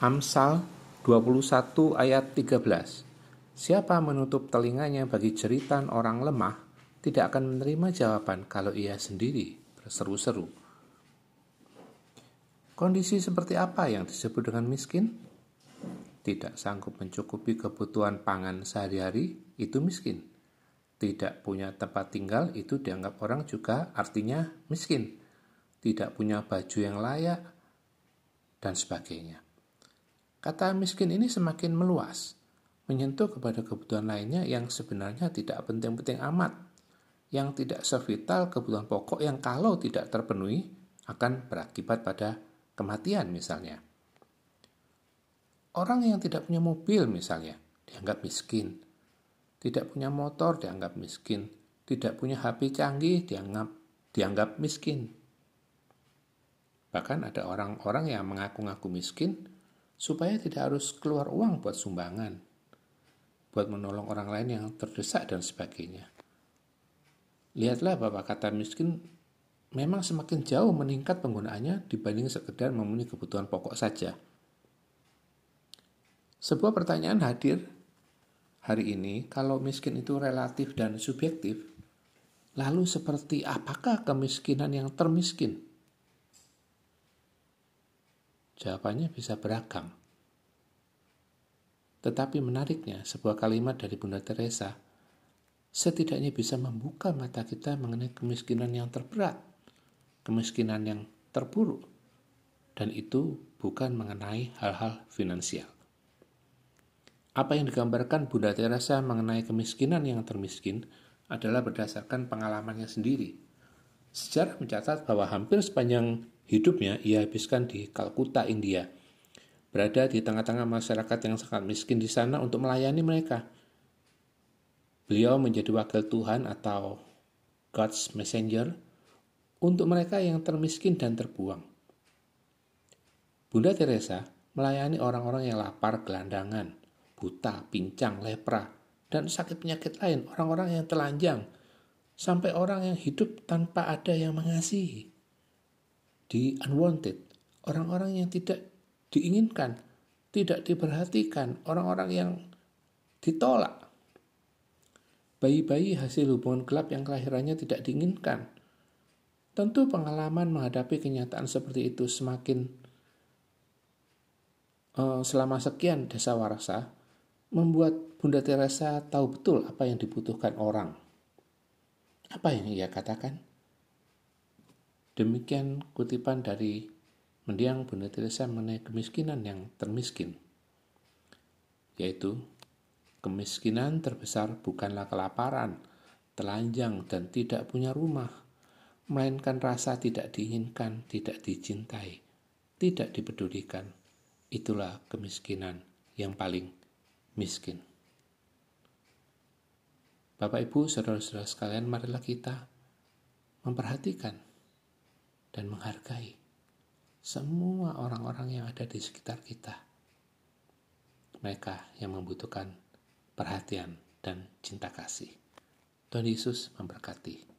Amsal 21 ayat 13. Siapa menutup telinganya bagi jeritan orang lemah, tidak akan menerima jawaban kalau ia sendiri berseru-seru. Kondisi seperti apa yang disebut dengan miskin? Tidak sanggup mencukupi kebutuhan pangan sehari-hari, itu miskin. Tidak punya tempat tinggal, itu dianggap orang juga artinya miskin. Tidak punya baju yang layak, dan sebagainya. Kata miskin ini semakin meluas, menyentuh kepada kebutuhan lainnya yang sebenarnya tidak penting-penting amat, yang tidak sevital kebutuhan pokok yang kalau tidak terpenuhi akan berakibat pada kematian misalnya. Orang yang tidak punya mobil misalnya dianggap miskin, tidak punya motor dianggap miskin, tidak punya HP canggih dianggap miskin. Bahkan ada orang-orang yang mengaku-ngaku miskin supaya tidak harus keluar uang buat sumbangan, buat menolong orang lain yang terdesak dan sebagainya. Lihatlah bahwa kata miskin memang semakin jauh meningkat penggunaannya dibanding sekedar memenuhi kebutuhan pokok saja. Sebuah pertanyaan hadir hari ini, kalau miskin itu relatif dan subjektif, lalu seperti apakah kemiskinan yang termiskin? Jawabannya bisa beragam. Tetapi menariknya, sebuah kalimat dari Bunda Teresa setidaknya bisa membuka mata kita mengenai kemiskinan yang terberat, kemiskinan yang terburuk, dan itu bukan mengenai hal-hal finansial. Apa yang digambarkan Bunda Teresa mengenai kemiskinan yang termiskin adalah berdasarkan pengalamannya sendiri. Sejarah mencatat bahwa hampir sepanjang hidupnya ia habiskan di Kalkuta, India, berada di tengah-tengah masyarakat yang sangat miskin di sana untuk melayani mereka. Beliau menjadi wakil Tuhan atau God's Messenger untuk mereka yang termiskin dan terbuang. Bunda Teresa melayani orang-orang yang lapar, gelandangan, buta, pincang, lepra, dan sakit penyakit lain, orang-orang yang telanjang, sampai orang yang hidup tanpa ada yang mengasihi. Di unwanted, orang-orang yang tidak diinginkan, tidak diperhatikan, orang-orang yang ditolak. Bayi-bayi hasil hubungan gelap yang kelahirannya tidak diinginkan. Tentu pengalaman menghadapi kenyataan seperti itu selama sekian dasawarsa membuat Bunda Teresa tahu betul apa yang dibutuhkan orang. Apa yang ia katakan? Demikian kutipan dari mendiang Bunda Teresa mengenai kemiskinan yang termiskin, yaitu kemiskinan terbesar bukanlah kelaparan, telanjang, dan tidak punya rumah, melainkan rasa tidak diinginkan, tidak dicintai, tidak dipedulikan. Itulah kemiskinan yang paling miskin. Bapak, Ibu, saudara-saudara sekalian, marilah kita memperhatikan dan menghargai semua orang-orang yang ada di sekitar kita. Mereka yang membutuhkan perhatian dan cinta kasih. Tuhan Yesus memberkati.